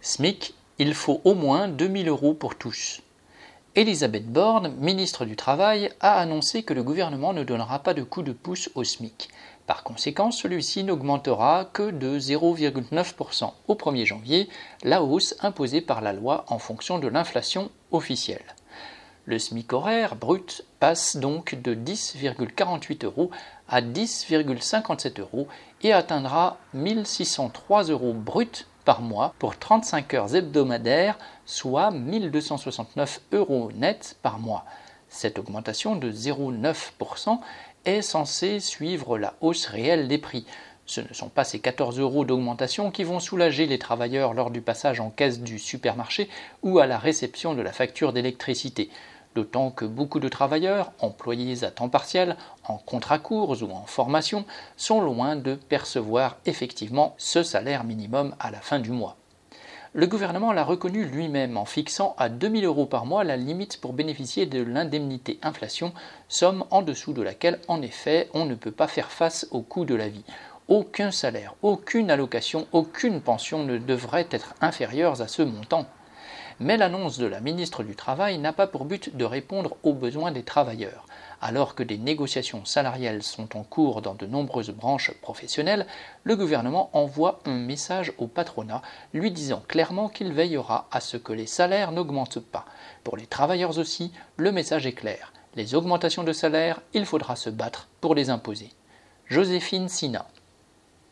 SMIC, il faut au moins 2 000 € pour tous. Elisabeth Borne, ministre du Travail, a annoncé que le gouvernement ne donnera pas de coup de pouce au SMIC. Par conséquent, celui-ci n'augmentera que de 0,9% au 1er janvier, la hausse imposée par la loi en fonction de l'inflation officielle. Le SMIC horaire brut passe donc de 10,48 € à 10,57 € et atteindra 1 603 € brut par mois pour 35 heures hebdomadaires, soit 1 269 € net par mois. Cette augmentation de 0,9% est censée suivre la hausse réelle des prix. Ce ne sont pas ces 14 € d'augmentation qui vont soulager les travailleurs lors du passage en caisse du supermarché ou à la réception de la facture d'électricité. D'autant que beaucoup de travailleurs, employés à temps partiel, en contrat court ou en formation, sont loin de percevoir effectivement ce salaire minimum à la fin du mois. Le gouvernement l'a reconnu lui-même en fixant à 2 000 € par mois la limite pour bénéficier de l'indemnité inflation, somme en dessous de laquelle, en effet, on ne peut pas faire face au coût de la vie. Aucun salaire, aucune allocation, aucune pension ne devrait être inférieure à ce montant. Mais l'annonce de la ministre du Travail n'a pas pour but de répondre aux besoins des travailleurs. Alors que des négociations salariales sont en cours dans de nombreuses branches professionnelles, le gouvernement envoie un message au patronat lui disant clairement qu'il veillera à ce que les salaires n'augmentent pas. Pour les travailleurs aussi, le message est clair. Les augmentations de salaire, il faudra se battre pour les imposer. Joséphine Sina.